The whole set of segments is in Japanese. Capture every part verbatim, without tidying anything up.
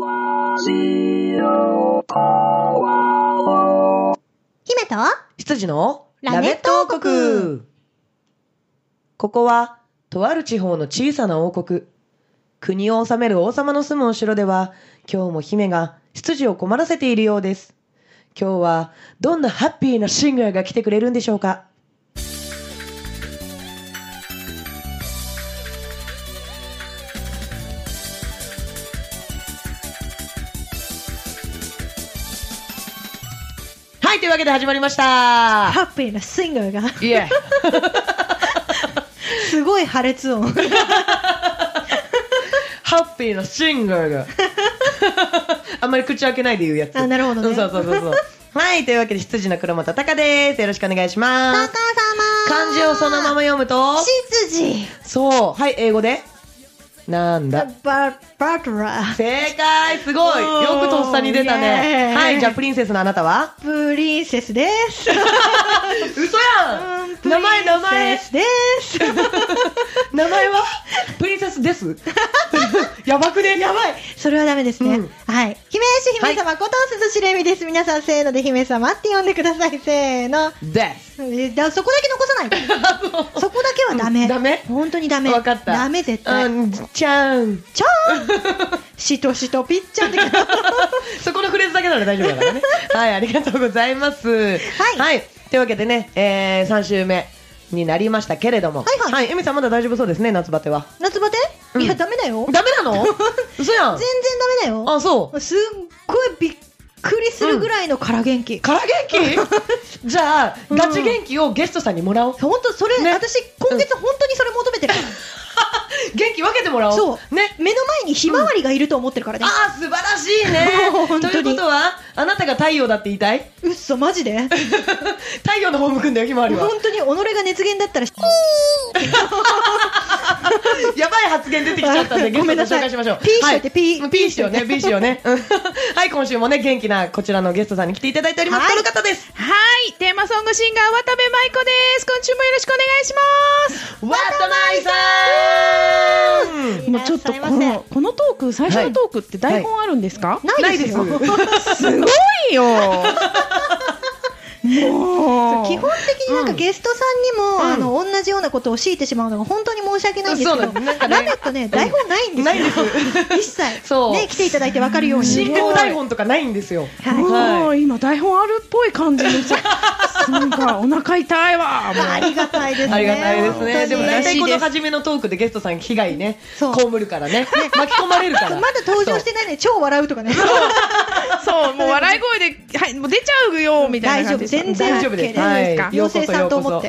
姫と羊のラメット王国。 ここはとある地方の小さな王国。国を治める王様の住むお城では、今日も姫が執事を困らせているようです。今日はどんなハッピーなシンガーが来てくれるんでしょうか。はい、というわけで始まりました。 ハッピーなシンガーがいえすごい破裂音ハッピーなシンガーがあんまり口開けないで言うやつ。 あ、なるほどね。 そうそうそうそうはい、というわけで羊の黒本隆です。よろしくお願いします。 タカ様、 漢字をそのまま読むと執事。 そう、はい、英語でなんだババトラー。 正解、すごい、よくとっさに出たね。はい、じゃあプリンセスのあなたはプリンセスです嘘やん。名前名前プリンセスです名前はプリンセスですやばくね。 やばい、それはダメですね、 うん、 はい。姫主姫様こと鈴しれみです。皆さんせーので姫様って呼んでください。せーのですだそこだけ残さないそこだけはダメ、 うん、ダメ、 本当にダメ。 分かった。 ダメ絶対、 うん、ちゃんちゃんしとしとぴっちゃんってそこのフレーズだけなら大丈夫だからねはい、ありがとうございます。はい、はい、というわけでね、えー、さん週目になりましたけれども、 はいはい、 はい、エミさんまだ大丈夫そうですね、夏バテは。 夏バテ、うん、いやダメだよ。 ダメなの嘘やん。 全然ダメだよ。 あ、そう。 すっごいびっくりするぐらいの空元気、 うん、空元気じゃあ、うん、ガチ元気をゲストさんにもらおう。 本当それ、ね、私今月本当にそれ求めてる、うん元気分けてもらおう。そうね、 目の前にひまわりがいると思ってるからね、 うん、あー素晴らしいねということはあなたが太陽だって言いたい。 うっそマジで太陽の方向くんだよひまわりは。 本当に己が熱源だったらやばい発言出てきちゃったんでゲストご紹介しましょう。 ピーしといて、ピーピーしようね、ピーしようねはい、今週もね元気なこちらのゲストさんに来ていただいております。この方です。 はい、テーマソングシンガー渡部舞子です。今週もよろしくお願いします。 渡舞さん、もうちょっとこのこのトーク、最初のトークって台本あるんですか？ はい、ないですよすごいよもう基本的になんかゲストさんにも、うん、あの同じようなことを強いてしまうのが本当に申し訳ないんですけど、なんかラメットね、台本ないんですよ。 ないです一切そうね、来ていただいて分かるように進行台本とかないんですよ。 はい、今台本あるっぽい感じですなんかお腹痛いわ。 ありがたいですね。 ありがたいですね。でも大体この初めのトークでゲストさん被害ね被るからね、巻き込まれるから。 まだ登場してないのに超笑うとかね。 そうもう笑い声で、はい、もう出ちゃうよみたいな感じ。 全然大丈夫です。 はい、妖精さんと思って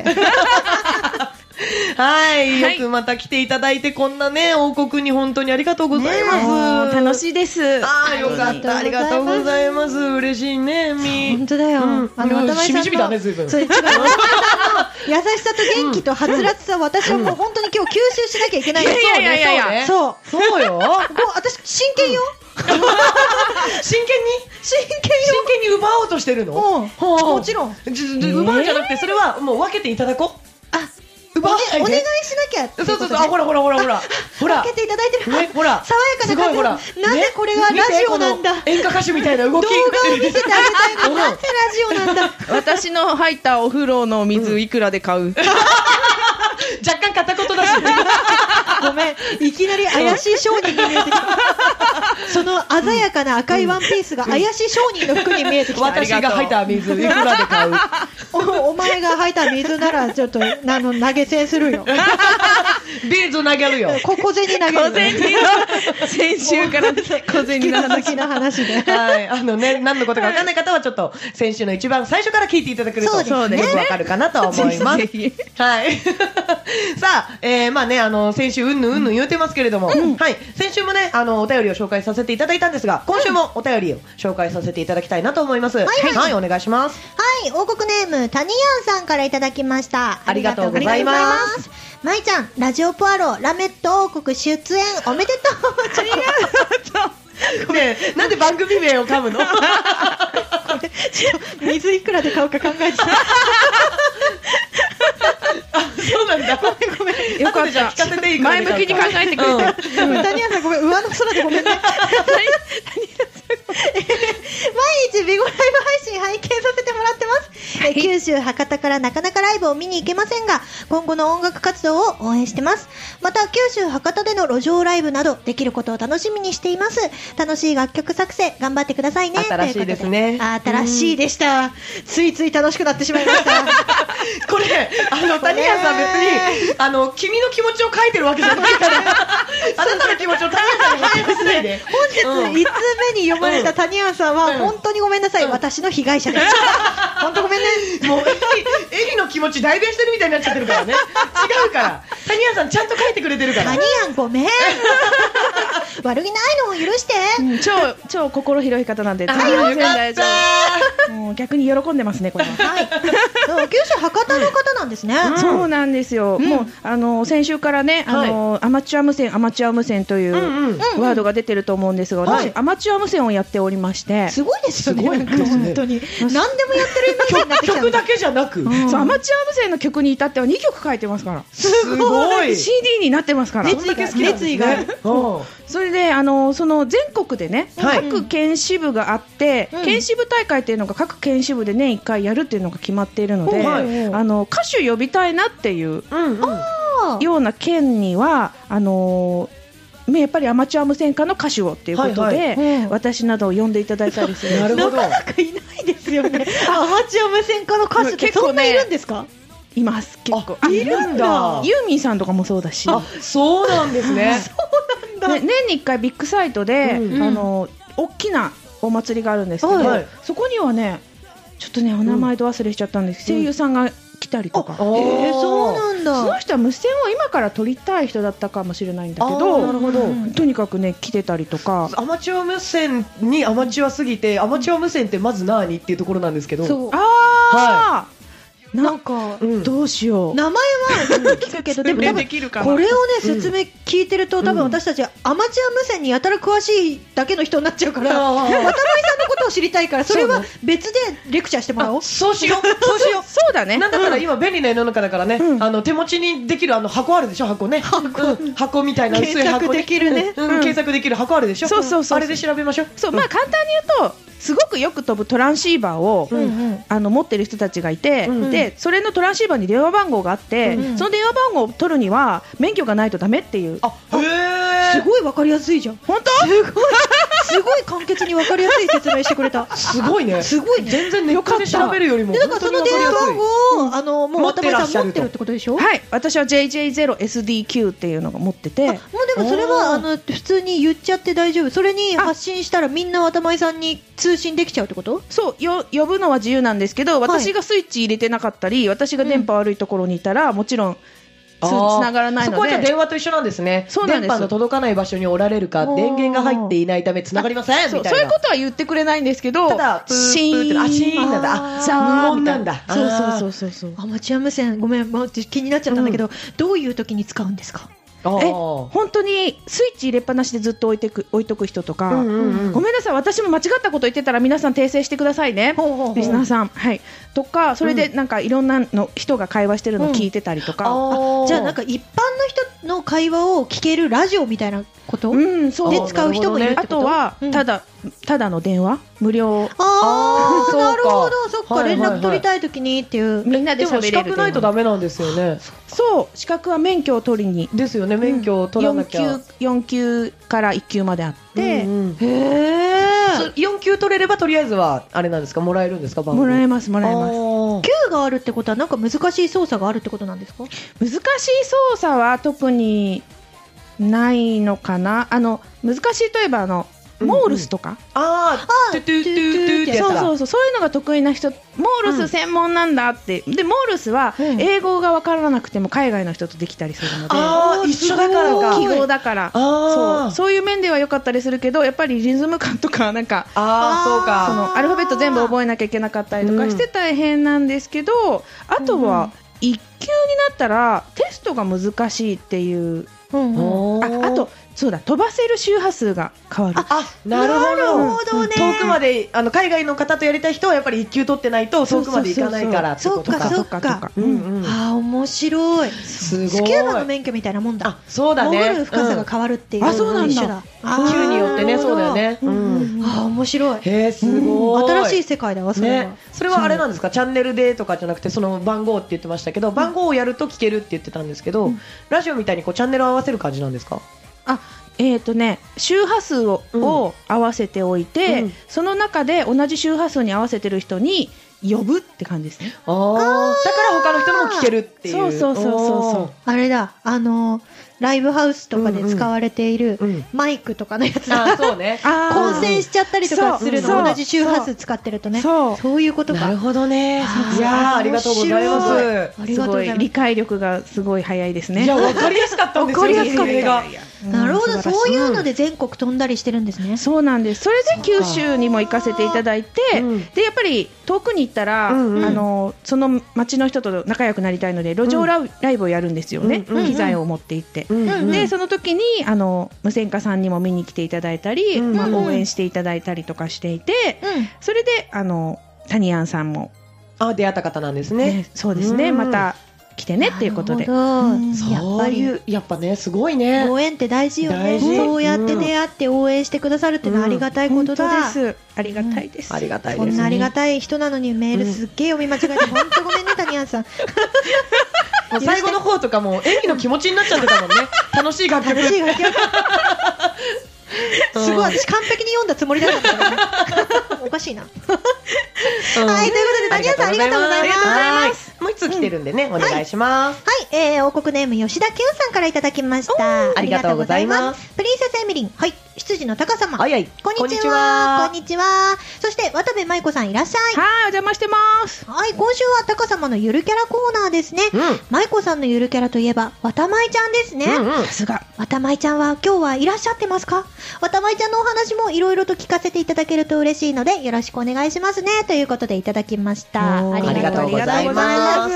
はい、よくまた来ていただいて、こんなね王国に本当にありがとうございます。 楽しいです。 ああ、よかった、ありがとうございます。嬉しいね、み。 本当だよ。 あの渡辺さんのしみじみだね、随分。そう、違う。優しさと元気とはつらつさ、私はもう本当に今日吸収しなきゃいけない。 いやいやいやいや、 そう、 そうよ。 私真剣よ。 真剣に真剣よ。 真剣に奪おうとしてるの？ もちろん。 奪うんじゃなくて、それはもう分けていただこう。あ、奪わないで。お願いしなきゃ。 そうそうそう。あ、ほらほらほらほら。ほら。 分けていただいてる。 ね、ほら。 爽やかな感じ。ほら。なぜこれがラジオなんだ。 演歌歌手みたいな動き。動画を見せてあげたいの。なぜラジオなんだ。 私の入ったお風呂の水いくらで買う？ 若干片言だし。 ごめん、いきなり怪しい商人に見えてきた。その鮮やかな赤いワンピースが怪しい商人の服に見えてきた。 私が吐いた水いくらで買う？ お, お前が吐いた水ならちょっとあの投げ銭するよ。 ビーズ投げるよ。 こ小銭投げるよ。 小銭の先週から小銭の話の話で。 はい、あのね、何のことか分かんない方はちょっと先週の一番最初から聞いていただけるとよくわかるかなと思います。はい。さあ、えー、まあね、あの先週うんぬんうんぬん言うてますけれども、うん、はい、先週もね、あのお便りを紹介させていただいたんですが、今週もお便りを紹介させていただきたいなと思います。はい、はいはい、お願いします。 はい、王国ネームタニヤンさんからいただきました。 ありがとうございます。 まいちゃん、ラジオポアロラメット王国出演おめでとう。 ありがとう。 ねえ、なんで番組名を噛むの？ 水いくらで買うか考えてた。 あ、そうなんだ。 ごめんごめん。 よかった。 聞かせていいか前向きに考えてくれた。 タニヤンさんごめん、上の空でごめんね。 九州博多からなかなかライブを見に行けませんが、今後の音楽活動を応援してます。また九州博多での路上ライブなどできることを楽しみにしています。楽しい楽曲作成頑張ってくださいね。 新しいですね。 新しいでした。ついつい楽しくなってしまいましたこれあの谷原さん別にあの君の気持ちを書いてるわけじゃないからあなたの気持ちを谷原さんに反映しないで。 本日いつつめに読まれた谷原さんは、うん、本当にごめんなさい、うん、私の被害者です本当ごめんね。 もうエリの気持ち代弁してるみたいになっちゃってるからね。違うから谷原さんちゃんと書いてくれてるから。 谷原ごめん悪気ないのを許して、 うん、超超心広い方なんで全然大丈夫。もう逆に喜んでますねこれは。 はい。九州博多の方なんですね。 うん、そうなんですよ。うん、もうあの先週からね、あの、はい、アマチュア無線アマチュア無線というワードが出てると思うんですが、私、はい、アマチュア無線をやっておりまして、 すごいですよね。本当に何でもやってるみたいになってきた。 曲だけじゃなく、 うん、そうアマチュア無線の曲に至ってはにきょく書いてますから。 すごい。 シーディー になってますから。 熱意が熱意がある。 それであのその全国でね、はい、各県支部があって、うん、県支部大会っていうのが各県支部で年いっかいやるっていうのが決まっているので、はい、あの歌手呼びたいなっていう、うんうん、ような県にはあのー、やっぱりアマチュア無線化の歌手をっていうことで、はいはい、私などを呼んでいただいたりする。 なるほど。なかなかいないですよねアマチュア無線化の歌手ってそんないるんですか？ います結構。 いるんだ。 ユーミンさんとかもそうだし。 あ、そうなんですね。 そうなんだ。 ね、年にいっかいビッグサイトで、うん、あの大きなお祭りがあるんですけど、はい、そこにはねちょっとねお名前と忘れしちゃったんですけど、うん、声優さんが来たりとか。 えー、そうなんだ。 その人は無線を今から撮りたい人だったかもしれないんだけど、 なるほど。 とにかくね来てたりとか。 アマチュア無線にアマチュアすぎて、アマチュア無線ってまず何っていうところなんですけど。 そう。ああ。はい。 なんか、 うん、どうしよう。 名前は聞くけど、でも多分これをね説明聞いてると、多分私たちはアマチュア無線にやたら詳しいだけの人になっちゃうから、渡辺さんのことを知りたいから、それは別でレクチャーしてもらおう。 そうしよう。そうしよう。 そうだね。 なんだったら今便利な世の中だからね、うん、あの手持ちにできるあの箱あるでしょ、箱ね。箱、うん、箱みたいな薄い箱、ね、 検索できるね、 うんうん。検索できる箱あるでしょ。 そうそうそう。 あれで調べましょう。 そう、まあ簡単に言うと。すごくよく飛ぶトランシーバーを、うんうん、あの持ってる人たちがいて、うん、でそれのトランシーバーに電話番号があって、うん、その電話番号を取るには免許がないとダメっていう。 あ、へー、 すごい分かりやすいじゃん。 本当？ すごいすごい簡潔に分かりやすい説明してくれた。 すごいね。 すごいね。 全然ネットで調べるよりも。 だからその電話番号をあのもう渡辺さん持ってるってことでしょ？ はい。私は ジェイジェイゼロエスディーキュー っていうのが持ってて。 もうでもそれはあの普通に言っちゃって大丈夫。それに発信したらみんな渡辺さんに通信できちゃうってこと？ そうよ、呼ぶのは自由なんですけど、私がスイッチ入れてなかったり、はい、私が電波悪いところにいたら、うん、もちろんつながらないので。 そこはじゃ電話と一緒なんですね。 そうなんです。 電波の届かない場所におられるか、電源が入っていないためつながりませんみたいな。 そういうことは言ってくれないんですけど、 ただプーシーンってあシーンなんだ。あ、さあ無音なんだ。 そうそうそうそうそう。 アマチュア無線ごめん、まあ、気になっちゃったんだけど、うん、どういう時に使うんですか？ え本当にスイッチ入れっぱなしでずっと置いてく置いとく人とか、うんうんうん、ごめんなさい私も間違ったこと言ってたら皆さん訂正してくださいね、ほうほうほうリスナーさん、はい、とかそれでなんかいろんなの人が会話してるのを聞いてたりとか、 うん、あじゃあなんか一般の人の会話を聞けるラジオみたいなこと、うん、そうで使う人もいるってこと？ あとはただ、うん、ただの電話無料。 ああなるほど、そっか、はいはいはい、連絡取りたいときにっていうみんなで喋れる。 でも資格ないとダメなんですよね。 そう資格は免許を取りにですよね。免許を取らなきゃ、 うん、よん級からいっ級まであって、うんうん、 へーよん級取れればとりあえずはあれなんですか、もらえるんですか？番号もらえますもらえます。 級があるってことはなんか難しい操作があるってことなんですか？ 難しい操作は特にないのかな。あの難しいといえばあのモールスとか、うんうん、 ああトゥトゥトゥトゥってやつだ。 そうそうそう、そういうのが得意な人、モールス専門なんだって、うん、でモールスは英語が分からなくても海外の人とできたりするので、 あー一緒だからか、 記号だからそう、そういう面では良かったりするけど、やっぱりリズム感とかなんかあそうか、 そのアルファベット全部覚えなきゃいけなかったりとかして大変なんですけど、うん、あとはいっ級になったらテストが難しいっていう、うんうん、あ, あとそうだ飛ばせる周波数が変わる。 あなるほ ど, なるほど、ね、遠くまであの海外の方とやりたい人はやっぱりいっ級取ってないと遠くまで行かないからってことか。 そうかそうか、うんうん、あ面白い。 すごい。 スキューバの免許みたいなもんだ。 あそうだね。 潜る深さが変わるっていう、 うん、あそうなんだ。 級によってね。そうだよね、うん、 ああ面白い。 へーすごい、うん、 新しい世界だわそれは、ね、 それはあれなんですか、チャンネルでとかじゃなくてその番号って言ってましたけど、番号をやると聞けるって言ってたんですけど、うん、ラジオみたいにこうチャンネルを合わせる感じなんですか？ あえーとね、周波数を、うん、を合わせておいて、うん、その中で同じ周波数に合わせてる人に呼ぶって感じですね。 ああ、だから他の人のも聞けるっていう。 そうそうそうそうそう。 あれだ、あのライブハウスとかで使われているマイクとかのやつだ、 うんうん、あそうね、 混戦しちゃったりとかするの、同じ周波数使ってるとね、そうそういうことか。 なるほどね。いやありがとうございます。 ありがとうございます。理解力がすごい早いですね。 いや分かりやすかったんですよ。分かりやすかった。 なるほど、そういうので全国飛んだりしてるんですね。 そうなんです。それで九州にも行かせていただいて、でやっぱり遠くに行ったら、うんうん、あのその町の人と仲良くなりたいので路上ライブをやるんですよね、うんうん、機材を持って行って、うんうん、でその時にあの無線化さんにも見に来ていただいたり、うんうん、まあ、応援していただいたりとかしていて、うん、それであのタニアンさんもあ出会った方なんですね。 ね、そうですね、うん、また来てねっていうことで、 うん、 そういうやっぱねすごいね、 ご縁って大事よね。そうやって出会って応援してくださるってのはありがたいことだ、 うん、本当です。ありがたいです、 うん、ありがたいです、 こんなありがたい人なのにメールすっげえ読み間違えて、うん、本当ごめんねタニアンさんもう最後の方とかも演技の気持ちになっちゃってたもんね楽しい楽曲、楽しい楽曲すごい私完璧に読んだつもりだったんだけどおかしいなはい、ということでタニアンさんありがとうございます。 もう一つ来てるんでね、うん、お願いします。 はい、はい、えー、王国ネーム吉田健さんからいただきました。 ありがとうございます。 プリンセスエミリン、はい、羊の高様、 はいはい、 こんにちは。こんにちは。そして渡部舞子さんいらっしゃい。 はい、お邪魔してます。 はい、今週は高様のゆるキャラコーナーですね。うん、舞子さんのゆるキャラといえば渡舞ちゃんですね。 うんうん、さすが。 渡舞ちゃんは今日はいらっしゃってますか？渡舞ちゃんのお話もいろいろと聞かせていただけると嬉しいのでよろしくお願いしますねということでいただきました。 ありがとうございます。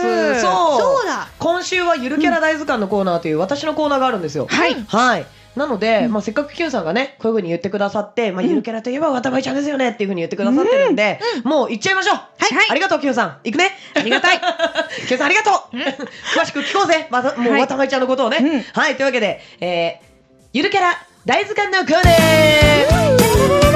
そうそうだ、 今週はゆるキャラ大図鑑のコーナーという私のコーナーがあるんですよ。 はい、 はい、なので、うん、まあ、せっかく Q さんがねこういう風に言ってくださって、まあ、ゆるキャラといえば渡舞ちゃんですよねっていう風に言ってくださってるんで、うん、もう行っちゃいましょう。はい、ありがとう Q さん、行くね。 ありがたい Q さんありがとう、うん、詳しく聞こうぜ、ま、もう渡舞ちゃんのことをね、はい、はい、というわけで、えー、ゆるキャラ大図鑑のコーナー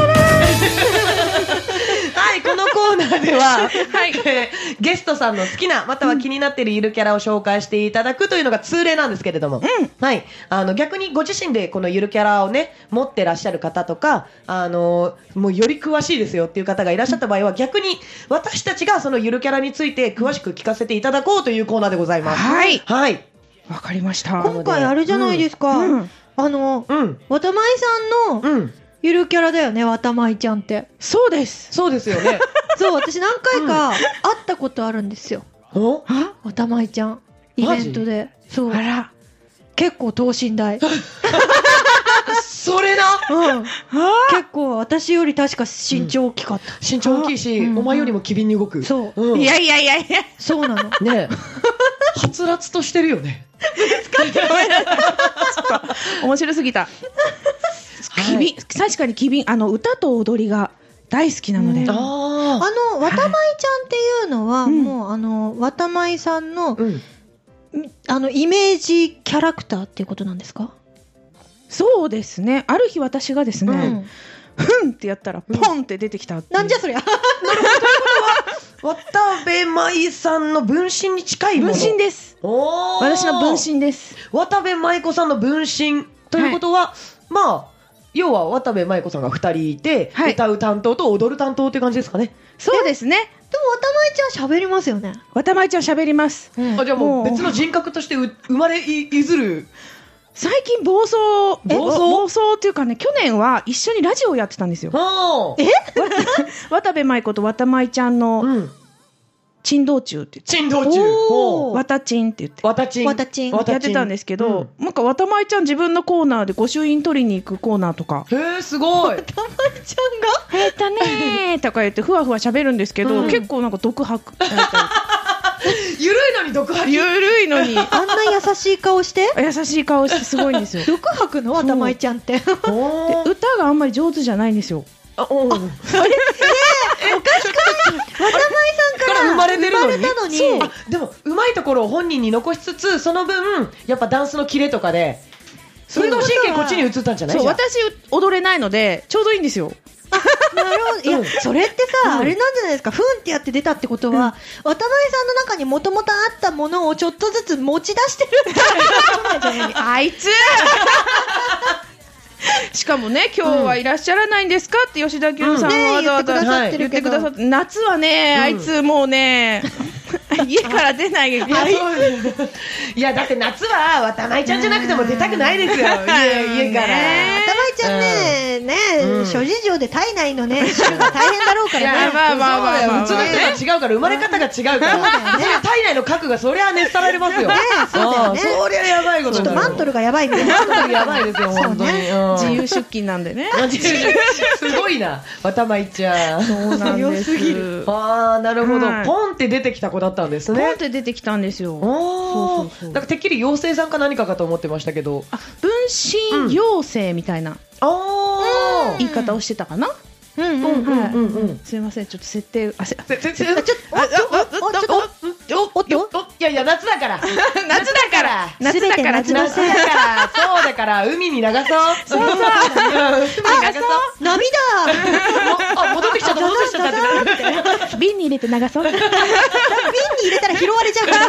はい、このコーナーでは、はい、えー、ゲストさんの好きなまたは気になっているゆるキャラを紹介していただくというのが通例なんですけれども、うん、はい、あの逆にご自身でこのゆるキャラをね持ってらっしゃる方とか、あのー、もうより詳しいですよっていう方がいらっしゃった場合は、逆に私たちがそのゆるキャラについて詳しく聞かせていただこうというコーナーでございます。 はい、 はい、 わかりました。 今回あれじゃないですか、うん、あの、うん、渡舞さんの、うん、ゆるキャラだよね、渡舞ちゃんって。 そうです。 そうですよね。 そう、私何回か会ったことあるんですよ。 お？ 渡舞ちゃん。イベントで。そう。 あら。 結構等身大。 それな。 うん。結構私より確か身長大きかった。うん、 身長大きいし、うん、お前よりも機敏に動く。 そう。 うん、いやいやいやいや。 そうなの。 ねえ。はつらつとしてるよね。 使ってごめんなさい。面白すぎた。機敏、確かに機敏、あの歌と踊りが大好きなので、うん、あの渡舞ちゃんっていうのは、はい、もうあの渡舞さんの、うん、あのイメージキャラクターっていうことなんですか？ そうですね。ある日私がですね、うん、ふんってやったらポンって出てきたっていう、 なんじゃそりゃ。なるほど。渡部舞さんの分身に近いもの。 分身です。 おー、 私の分身です。 渡部舞子さんの分身ということは、はい、まあ要は渡部舞子さんがふたりいて、はい、歌う担当と踊る担当って感じですかね。 そうですね。 でも渡舞ちゃん喋りますよね。 渡舞ちゃん喋ります、 うん、あ、じゃあもう別の人格として生まれいずる。 最近暴走暴走暴走っていうかね、去年は一緒にラジオをやってたんですよ。 え渡部舞子と渡舞ちゃんの、うん、珍道中って珍道中、 わたちんって言ってわたちんわたちんやってたんですけど、うん、なんかわたまいちゃん自分のコーナーで御朱印取りに行くコーナーとか、 へーすごい、 わたまいちゃんがへたねーとか言ってふわふわ喋るんですけど、うん、結構なんか毒吐くゆるいのに毒吐き、 ゆるいのにあんな優しい顔して優しい顔してすごいんですよ。 毒吐くのわたまいちゃんってで歌があんまり上手じゃないんですよ。 あ、おー、あれ、えー、 おかしくない？渡舞さんから生まれてるのに、 生まれたのに、 そう、あ、でもうまいところを本人に残しつつ、その分やっぱダンスのキレとかで運動神経こっちに移ったんじゃない？ そう、私踊れないのでちょうどいいんですよ。 なるほど。いや、それってさ、あれなんじゃないですか。ふんってやって出たってことは、渡辺さんの中にもともとあったものをちょっとずつ持ち出してるみたいなことなんじゃないあいつしかもね、今日はいらっしゃらないんですかって吉田清さんはわざわざ言ってくださって、夏はね、あいつもうね、家から出ない。いや、 いやだって夏は渡舞ちゃんじゃなくても出たくないですよ、家から。渡舞ちゃんね、ね、諸事情で体内のね、週が大変だろうからね。 いや、まあまあまあまあ、 うちの人が違うから、生まれ方が違うから、体内の核がそりゃ熱されますよ。 そうだよね。 そりゃやばいこと。 ちょっとマントルがやばいみたいな。 マントルやばいですよ、本当に。 自由出勤なんでね。 すごいな、渡舞ちゃん。 そうなんです。 ああ、なるほど。ポンって出てきた子だったんですね。 ポンって出てきたんですよ。 そうそうそう。なんかてっきり妖精さんか何かかと思ってましたけど。 あ、分身妖精みたいな言い方をしてたかな。うんうんうんうん。すいません、ちょっと設定、あ、せ、ちょっと、 おっと、おっと、 いやいや、夏だから。 夏だから。 夏だから、夏だから。 そうだから、海に流そう。そうそう。海に流そう。 波だ。 あ、戻ってきちゃった、戻ってきちゃったって。 瓶に入れて流そう。瓶に入れたら拾われちゃうから、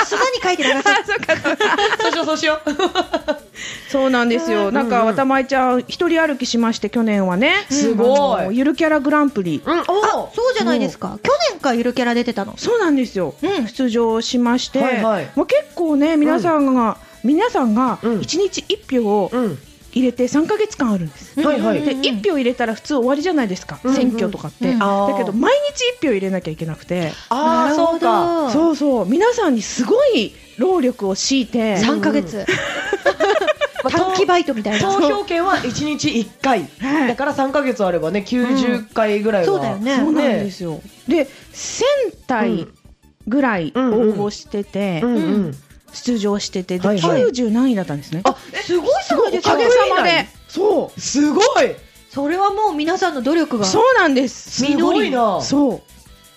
砂に書いて流そう。 そうしよう、そうしよう。 そうなんですよ。なんか、渡舞ちゃん、一人歩きしまして、去年はね。 すごい。 ゆるキャラグランプリ、 うん、あ、そうじゃないですか。去年からゆるキャラ出てたの。 そうなんですよ、うん、出場しまして、はいはい、もう結構ね皆さんが、うん、皆さんがいちにちいち票を入れてさんかげつかんあるんです、うん、はいはい、でいち票入れたら普通終わりじゃないですか、うん、選挙とかって、うん、だけど毎日いち票入れなきゃいけなくて、 ああそうか、 そうそう、皆さんにすごい労力を強いてさんかげつ短期バイトみたいな。 投票権はいちにちいっかい、はい、だからさんかげつあればねきゅうじゅっかいぐらいは、 そうだよね。 そうなんですよ。でせんたいぐらい応募してて、うんうん、出場してて、で、はいはい、きゅうじゅうなんいだったんですね。 あ、すごいすごいですね。 おかげさまで。 そう、すごい。 それはもう皆さんの努力が。 そうなんです。 すごいな。 そう。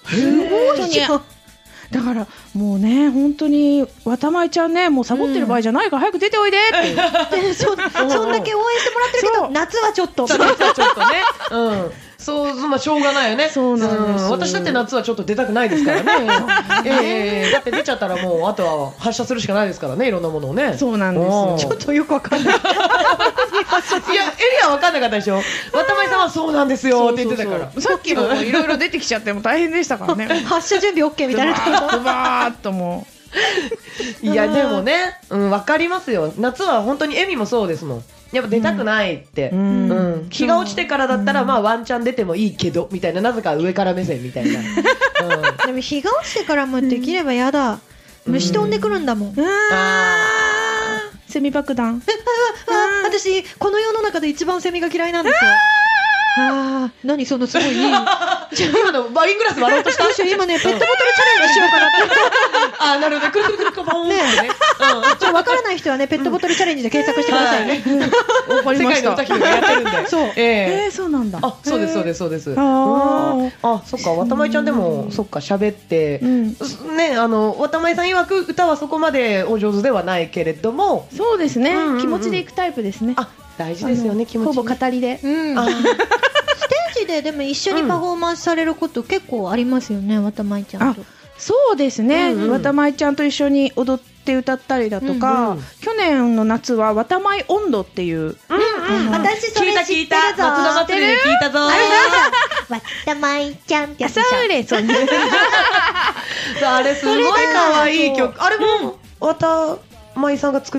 すごいじゃん。だからもうね、本当に渡舞ちゃんね、もうサボってる場合じゃないから早く出ておいでって、うん、そ, そんだけ応援してもらってるけど夏はちょっと夏はちょっとね、うん、そう、まあしょうがないよね。 そうなんです、うん、 私だって夏はちょっと出たくないですからね。えー、だって出ちゃったらもうあとは発射するしかないですからね、いろんなものをね。 そうなんですよ。 ちょっとよくわかんない。いや、エリアはわかんなかったでしょ。渡舞さんはそうなんですよって言ってたから。 さっきもいろいろ出てきちゃっても大変でしたからね。 発射準備 OK みたいな。 バーっともう。いやでもね、うん、わかりますよ。夏は本当にエミもそうですもん。やっぱ出たくないって、うんうん、日が落ちてからだったら、まあワンチャン出てもいいけどみたいな、なぜか上から目線みたいな、うん、 でも日が落ちてからもできればやだ、虫飛んでくるんだもん、うん、 あセミ爆弾、 ああ私この世の中で一番セミが嫌いなんですよ。ああ、何そのすごい今のワイングラス割ろうとした今ね、ペットボトルチャレンジしようかなってあ、なるほど、くるくるくるくるボーンってね、 ちょ、わからない人はね、ペットボトルチャレンジで検索してくださいね。 わかりました。世界の歌姫がやってるんで。 そう。 えー、そうなんだ。 あ、そうですそうですそうです。ああ、そっか、渡舞ちゃんでもそっか喋ってね、あの渡舞さん曰く歌はそこまでお上手ではないけれども、 そうですね。気持ちでいくタイプですね。 あ、大事ですよね、気持ち。 ほぼ語りで。 ステージででも一緒にパフォーマンスされること結構ありますよね、渡舞ちゃんと。 そうですね。渡舞ちゃんと一緒に踊って歌ったりだとか、去年の夏は渡舞音頭っていう。 私それ知ってるぞ。 夏の祭りで聞いたぞ。 渡舞ちゃんってやつでしょ。 そうです。 あれすごい可愛い曲。あれも渡舞さんが作った。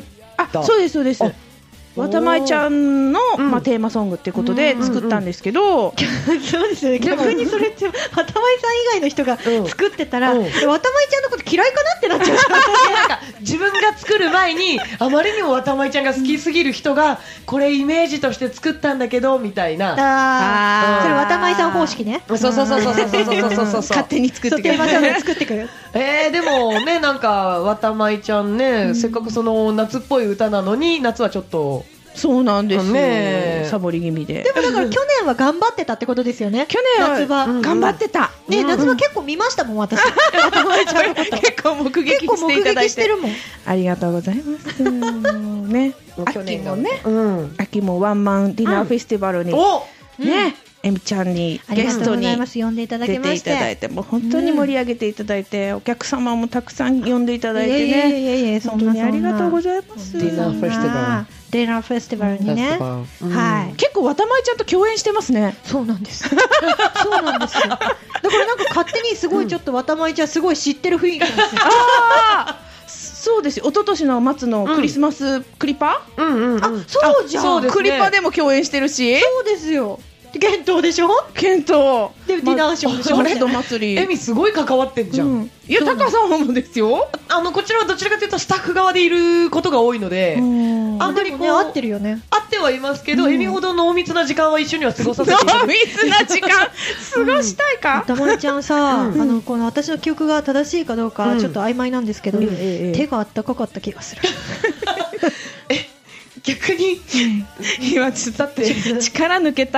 あ、そうですそうです。渡舞ちゃんの、まあ、テーマソングっていうことで作ったんですけど、 そうですね、逆にそれって渡舞さん以外の人が作ってたら、渡舞ちゃんのこと嫌いかなってなっちゃう。 なんか自分が作る前にあまりにも渡舞ちゃんが好きすぎる人がこれイメージとして作ったんだけどみたいな。 ああ、それ渡舞さん方式ね。 そうそうそうそうそうそうそうそう。 勝手に作ってくる。 テーマソング作ってくる。 えー、でもね、なんか渡舞ちゃんね、せっかくその夏っぽい歌なのに夏はちょっと。 そうなんですよ、ね、サボり気味で。 でもだから去年は頑張ってたってことですよね。 去年は夏場、うん、頑張ってた、 ね、うん、夏場結構見ましたもん私。渡舞ちゃんのこと結構目撃していただいて、 してるもん。 ありがとうございますね。秋もね、うん、秋もワンマンディナーフェスティバルに、 うん、 ね、 えみちゃんにゲストに呼んでいただきまして出ていただいて、もう本当に盛り上げていただいて、うん、お客様もたくさん呼んでいただいてね、いやいやいやいや、本当にありがとうございます。 ディナーフェスティバルディナーフェスティバルにね、 うん、はい、結構わたまいちゃんと共演してますね。 そうなんですそうなんですよ。だからなんか勝手にすごいちょっとわたまいちゃんすごい知ってる雰囲気なんですよ。 あそうですよ、一昨年の末のクリスマスクリパ、 うんうんうん、あそうじゃん、 そうですね、クリパでも共演してるし。 そうですよ、検討でしょ、 検討でディナーショーでしょ、 マレード祭り。 エミすごい関わってんじゃん、うん、 いや、タカさんもですよ。 あのこちらはどちらかというとスタッフ側でいることが多いので、 あんまりこう、ね、合ってるよね、 合ってはいますけど、エミほど濃密な時間は一緒には過ごさせていただ濃密な時間過ごしたいか。 たまりちゃんさ、うん、あのこの私の記憶が正しいかどうか、うん、ちょっと曖昧なんですけど、うん、手があったかかった気がするえ逆に今ちょっと力抜けた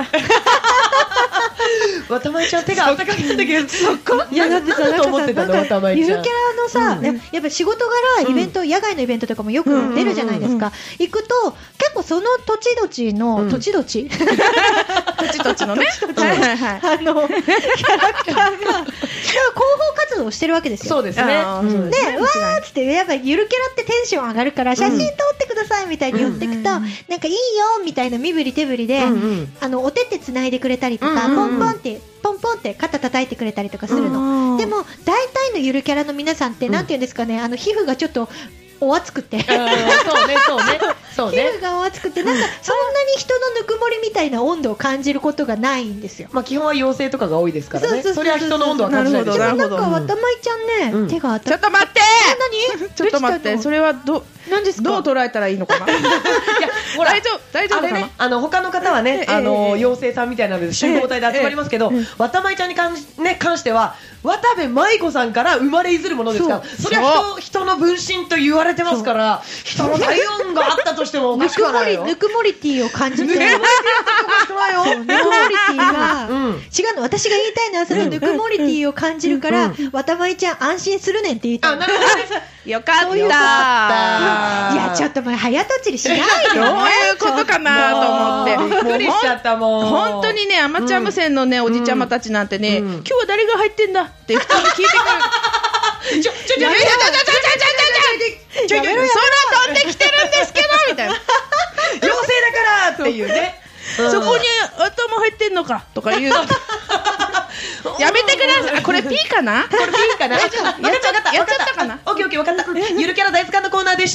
わたまいちゃん手が温かかったけど、そこいやだってさ、なんかさ、なんかゆるキャラのさ、 うん、 やっぱ仕事柄イベント、うん、野外のイベントとかもよく出るじゃないですか、うんうんうん、行くと結構その土地土地の、うん、土地土地土地土地のねはいはいはい、 あのキャラクターが広報活動をしてるわけですよ。 そうですね、 で、わーっつってやっぱゆるキャラってテンション上がるから写真撮ってくださいみたいに寄ってくと、うん、なんかいいよみたいな身振り手振りで、うんうん、あのお手手つないでくれたりとか、うんうんうん、ポンポンってポンポンって肩叩いてくれたりとかするの、うん、でも大体のゆるキャラの皆さんってなんていうんですかね、あの皮膚がちょっとお熱くてそうねそうねそうね、 皮膚がお熱くてなんかそんなに人のぬくもりみたいな温度を感じることがないんですよ。 まあ基本は妖精とかが多いですからね。それは人の温度は感じないでしょ。 でもなんかわたまいちゃんね、うん、手があった。 ちょっと待って何ちょっと待って、それはど何ですか、どう捉えたらいいのかな。いやほら大丈夫大丈夫かな、 あれね、あの他の方はね、あの妖精さんみたいなので集合体で集まりますけど、わたまいちゃんに関し、ね、関しては渡部舞子さんから生まれいずるものですから、それは 人, 人の分身と言われてますから、人の体温があったとしてもおかしくはないよ。 ぬくもりティーを感じてる。ぬくもりティーはぬくもりティーが、うん、違うの、私が言いたいのはそのぬくもりティーを感じるから、わたまいちゃん安心するねんって言いたい。 あ、なるほどね。 よかった。 よかった。いやちょっともう早とちりしないで。 どういうことかなと思って。 びっくりしちゃったもん。 本当にね、アマチュア無線のね、おじちゃまたちなんてね、今日は誰が入ってんだって普通に聞いてくる。ちょちょちょちょちょちょちょちょちょちょちょ空飛んできてるんですけどみたいな。 妖精だからっていうね。 そこに頭入ってんのかとか言う。やめてください。これ P かな？ これ P かな？やっちゃったやっちゃったかな？ オッケーオッケー、分かった。ゆるキャラ大図鑑のコーナーでした。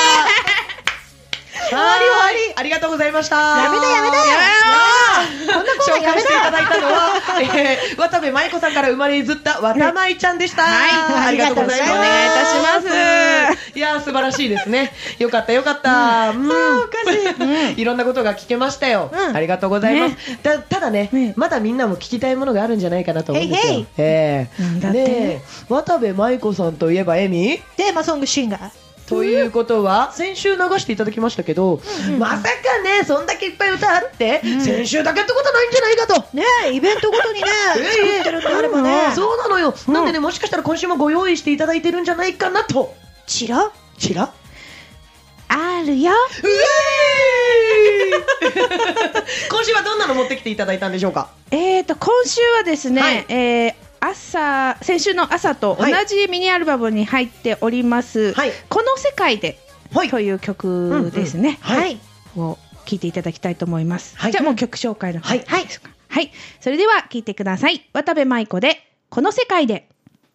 終わり終わり、ありがとうございました。 やめだやめだやめだ。こんなコーナーやめだ。紹介していただいたのは、えー、渡部舞子さんから生まれずったわたまいちゃんでした。 はい、ありがとうございます。お願いいたします。 いや素晴らしいですね。よかったよかった。うん、うん、おかしい。いろんなことが聞けましたよ。うん、ありがとうございます。ね、た, ただね、ね、まだみんなも聞きたいものがあるんじゃないかなと思うんですよ。へいへい、えー、ね、渡部舞子さんといえばエミテーマソングシンガー。 ということは先週流していただきましたけど、うん、まさかねそんだけいっぱい歌あって、うん、先週だけってことないんじゃないかとね、イベントごとにね作ってるんであればね、 うん、そうなのよ、うん、なんでねもしかしたら今週もご用意していただいてるんじゃないかなと。 チラチラあるよ。 今週はどんなの持ってきていただいたんでしょうか。 えーと今週はですね、はい、えー朝先週の朝と同じミニアルバムに入っております、はい、この世界で、はい、という曲ですね、うんうん、はい、を聴いていただきたいと思います、はい、じゃあもう曲紹介の方、はいはいはい、それでは聴いてください。渡部舞子でこの世界で。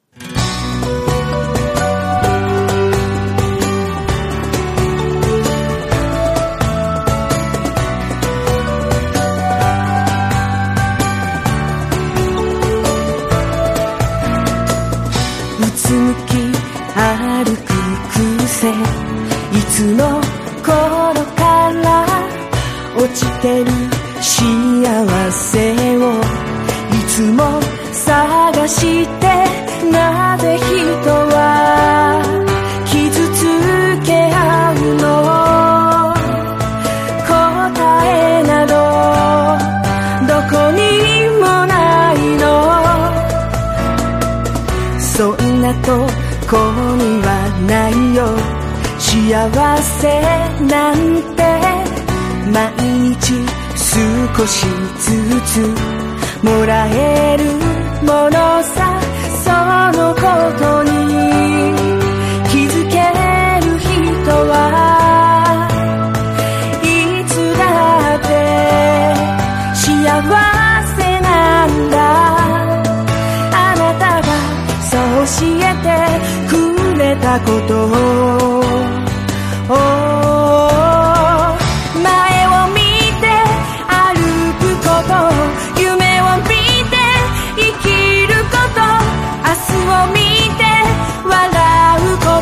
歩く癖いつの頃から落ちてる幸せをいつも探してなぜ人は傷つけ合うの。答えなどどこにもないの。そんなとこにはないよ幸せなんて毎日少しずつもらえるものさ、そのことに気づける人はいつだって幸せなんだ。あなたがそう教えてくれたことを前を見て歩くこと、夢を見て生きること、明日を見て笑うこと、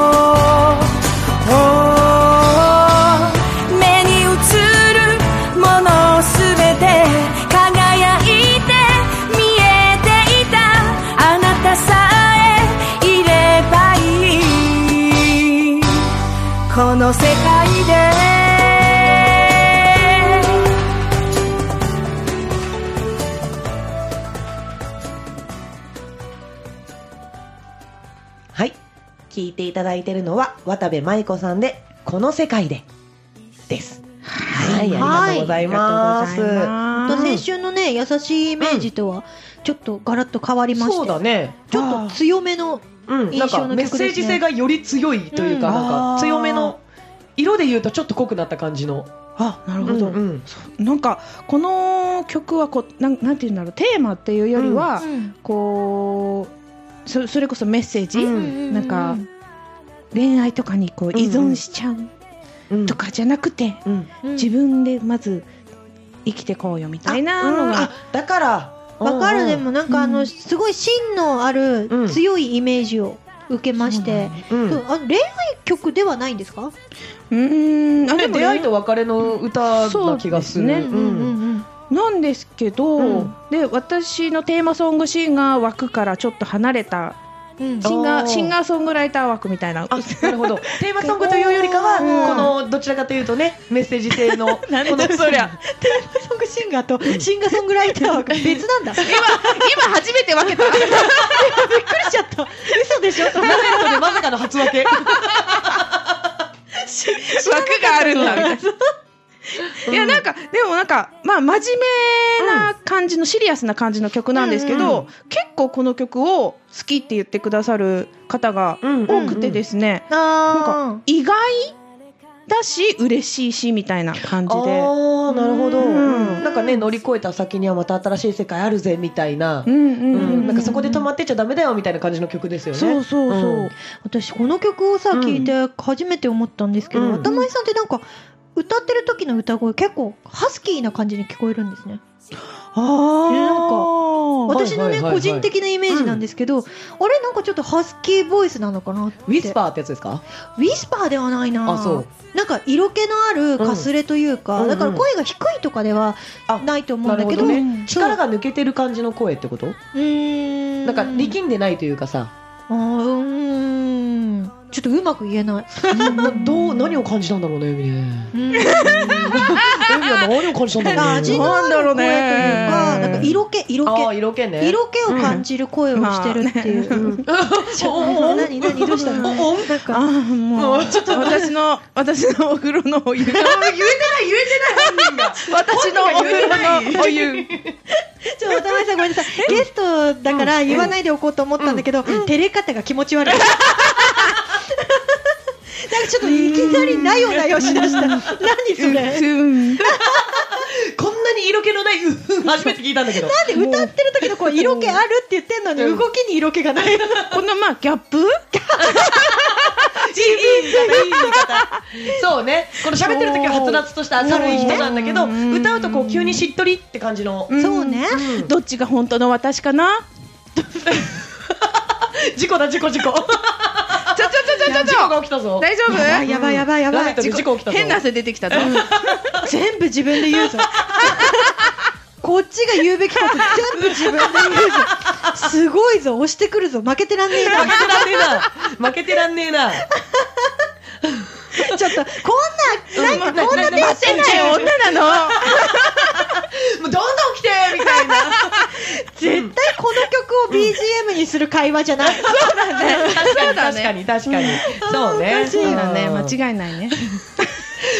目に映るものすべて輝いて見えていた、あなたさえいればいいこの世界で。 はい、聞いていただいているのは渡部舞子さんでこの世界でです。はい、はい、ありがとうございます。 はい、先週のね優しいイメージとはちょっとガラッと変わりまして、 そうだね、 ちょっと強めの印象の曲ですね。 メッセージ性がより強いというか、うん、なんか強めの色で言うとちょっと濃くなった感じの。 あ、なるほど、うんうん、なんかこの曲はこう な, なんていうんだろう、テーマっていうよりは、うん、こう そ, それこそメッセージ、うん、なんか恋愛とかにこう依存しちゃうとかじゃなくて、うんうん、自分でまず生きてこうよみたいなのが、うん、あだからわかる。でもなんかあの、うん、すごい芯のある強いイメージを受けまして、うんうん、あ恋愛曲ではないんですか？ うーん、あでも出会いと別れの歌な気がする。そうですね、うんうんうんなんですけど、うん、で私のテーマソングシンガー枠からちょっと離れた、うん、シンガーシンガーソングライター枠みたいな。 あ、なるほど。テーマソングというよりかは、このどちらかというとね、メッセージ性のなんでそりゃテーマソングシンガーとシンガーソングライター枠別なんだ。今今初めて分けた。びっくりしちゃった。嘘でしょ。 なぜかでまさかの初分け。枠があるんだみたいな。いやなんかでもなんかまあ真面目な感じの、うん、シリアスな感じの曲なんですけど、うんうん、結構この曲を好きって言ってくださる方が多くてですね、うんうんうん、なんか意外だし嬉しいしみたいな感じで。 あー、なるほど、うん、なんかね乗り越えた先にはまた新しい世界あるぜみたいな、うんうんうんうん、なんかそこで止まってちゃダメだよみたいな感じの曲ですよね。 そうそうそう、うん、私この曲をさ聞いて初めて思ったんですけど、うん、頭井さんってなんか歌ってる時の歌声結構ハスキーな感じに聞こえるんですね。 あー、 なんか私のね、はいはいはいはい、個人的なイメージなんですけど、うん、あれなんかちょっとハスキーボイスなのかなって。 ウィスパーってやつですか？ ウィスパーではないな。 あ、そう。 なんか色気のあるかすれというか、うん、だから声が低いとかではないと思うんだけど、 なるほどね、力が抜けてる感じの声ってこと？うーん、 なんか力んでないというかさ、 あー、うーん、ちょっとうまく言えない。 どう何を感じたんだろうね、エミね。エミは何を感じたんだろうね。 味のある声というか、なんか色気、色気、 あ、色気ね。 色気を感じる声をしてるっていう。うん、何何どうしたの？なんか、 あ、もうちょっと私の私のお風呂のお湯。言えてない言えてない私のお風呂のお湯。 ちょっと渡辺さんごめんなさい。ゲストだから言わないでおこうと思ったんだけど、照れ方が気持ち悪い。なんかちょっといきなりなよなよしだした。何それ。 うん、 こんなに色気のない、うん、初めて聞いたんだけど。 なんで歌ってる時のこう色気あるって言ってんのに動きに色気がない。 このまあギャップ？いい言い方、いい言い方。そうね。この喋ってる時ははつらつとした明るい人なんだけど、歌うとこう急にしっとりって感じの。 そうね。 うん、どっちが本当の私かな？ 事故だ事故事故。 ちょちょちょちょちょ事故が起きたぞ。 大丈夫？ やばいやばいやばい。 事故起きたぞ。 変な汗出てきたぞ。 全部自分で言うぞ。こっちが言うべきこと全部自分で言うぞ。すごいぞ、押してくるぞ。負けてらんねえな。 負けてらんねえな。負けてらんねえな。 ちょっとこんななんかこんな出せない女なの。 もうどんどん来てみたいな。 絶対この曲を ビージーエム にする会話じゃない。そうだね。 確かに確かに確かに。そうね。 そうだね。間違いないね。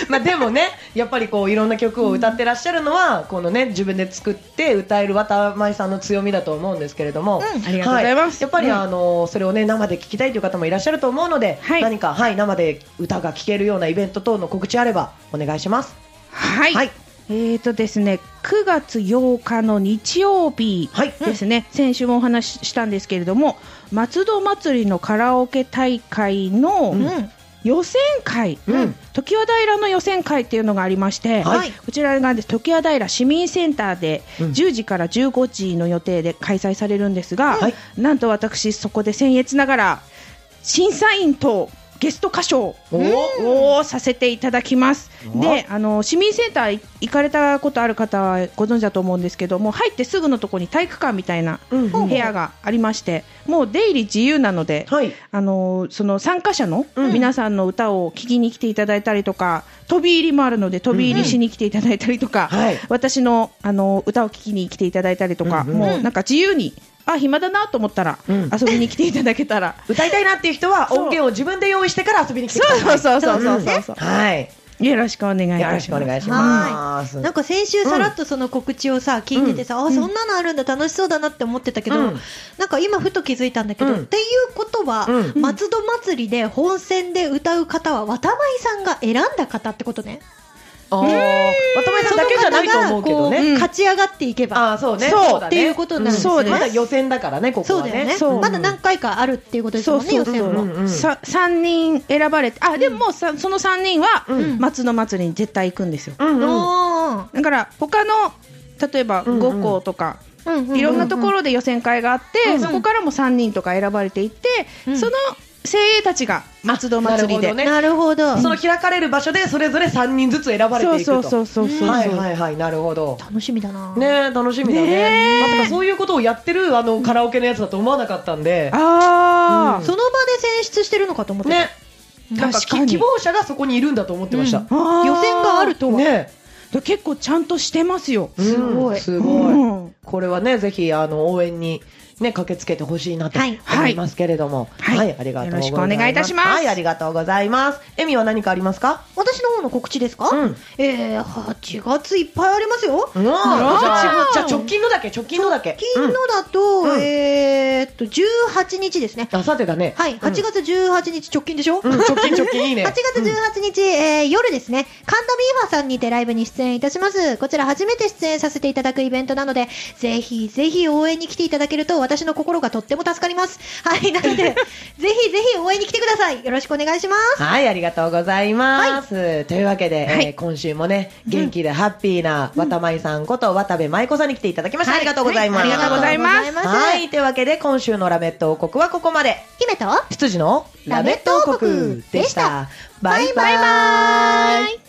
まあでもね、やっぱりこういろんな曲を歌ってらっしゃるのは、うん、このね自分で作って歌える渡舞さんの強みだと思うんですけれども、 うん、ありがとうございます。 はい、やっぱりあのそれをね生で聞きたいという方もいらっしゃると思うので、はい、何かはい生で歌が聴けるようなイベント等の告知あればお願いします。 はい。はい、えーとですね、くがつようかの日曜日ですね、はい、うん、先週もお話ししたんですけれども、松戸祭りのカラオケ大会の、うん、予選会、うん、常盤平の予選会っていうのがありまして、はい、こちらがです常盤平市民センターでじゅうじからじゅうごじの予定で開催されるんですが、はい、なんと私そこで僭越ながら審査員とゲスト歌唱をさせていただきます。で、あの市民センター行かれたことある方はご存知だと思うんですけども、入ってすぐのところに体育館みたいな部屋がありまして、うんうん、もう出入り自由なので、はい、あのその参加者の皆さんの歌を聴きに来ていただいたりとか、飛び入りもあるので飛び入りしに来ていただいたりとか、うんうん、はい、私の、あの歌を聴きに来ていただいたりとか、うんうん、もうなんか自由に、あ、暇だなと思ったら、うん、遊びに来ていただけたら歌いたいなっていう人は音源を自分で用意してから遊びに来てください。 そうそうそうそうそう、 はい、 よろしくお願いします。 よろしくお願いします。 なんか先週さらっとその告知をさ、聞いててさ、うん、あ、そんなのあるんだ、楽しそうだなって思ってたけど、うん、なんか今ふと気づいたんだけど、うん、っていうことは、うん、松戸祭りで本戦で歌う方は渡舞さんが選んだ方ってことね。 あ、渡舞さんだけじゃないと思うけどね、 勝ち上がっていけば、 あ、そうね、 そうっていうことになるんですよね。 まだ予選だからね、ここはね。 そうだよね。まだ何回かあるっていうことですもんね、予選も。 さんにん選ばれて、あ、でももうそのさんにんは松戸祭りに絶対行くんですよ。だから他の例えばご校とかいろんなところで予選会があって、そこからもさんにんとか選ばれていって、その精鋭たちが松戸祭りで、 なるほど、 その開かれる場所でそれぞれさんにんずつ選ばれていくと。 そうそうそうそう、 はいはいはい、なるほど。 楽しみだな。 ね、楽しみだね。まさかそういうことをやってるあのカラオケのやつだと思わなかったんで、 ああ、 その場で選出してるのかと思ってた。ね、 なんか希望者がそこにいるんだと思ってました。 予選があるとはね。 結構ちゃんとしてますよ。 すごいすごい。これはね、ぜひあの応援にね、駆けつけてほしいなと思いますけれども、はい、はいはい、ありがとうございます。よろしくお願いいたします。はい、ありがとうございます。エミは何かありますか？ 私の方の告知ですか？うん、えー、はちがついっぱいありますよ。 うん、じゃあ、じゃあ直近のだけ、直近のだけ。 直近のだと、うん、えーっと、じゅうはちにちですね。 あさってだね。 はい、はちがつじゅうはちにち直近でしょ？ うん、直近直近いいね。 はちがつじゅうはちにち、えー、夜ですね、神田ビーファーさんにてライブに出演いたします。こちら初めて出演させていただくイベントなので、ぜひぜひ応援に来ていただけると私の心がとってとても助かります。はい、なのでぜひぜひ応援に来てください。よろしくお願いします。 はい、ありがとうございます。はい、というわけで、はい、えー、今週もね、元気でハッピーな渡舞さんこと渡部舞子さんに来ていただきました。はい、ありがとうございます。 はい、ありがとうございます。 はい、というわけで今週のラメット王国はここまで。 姫と羊のラメット王国でした。バイバイバイ。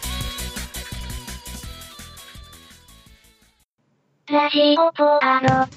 ラジオポアロ。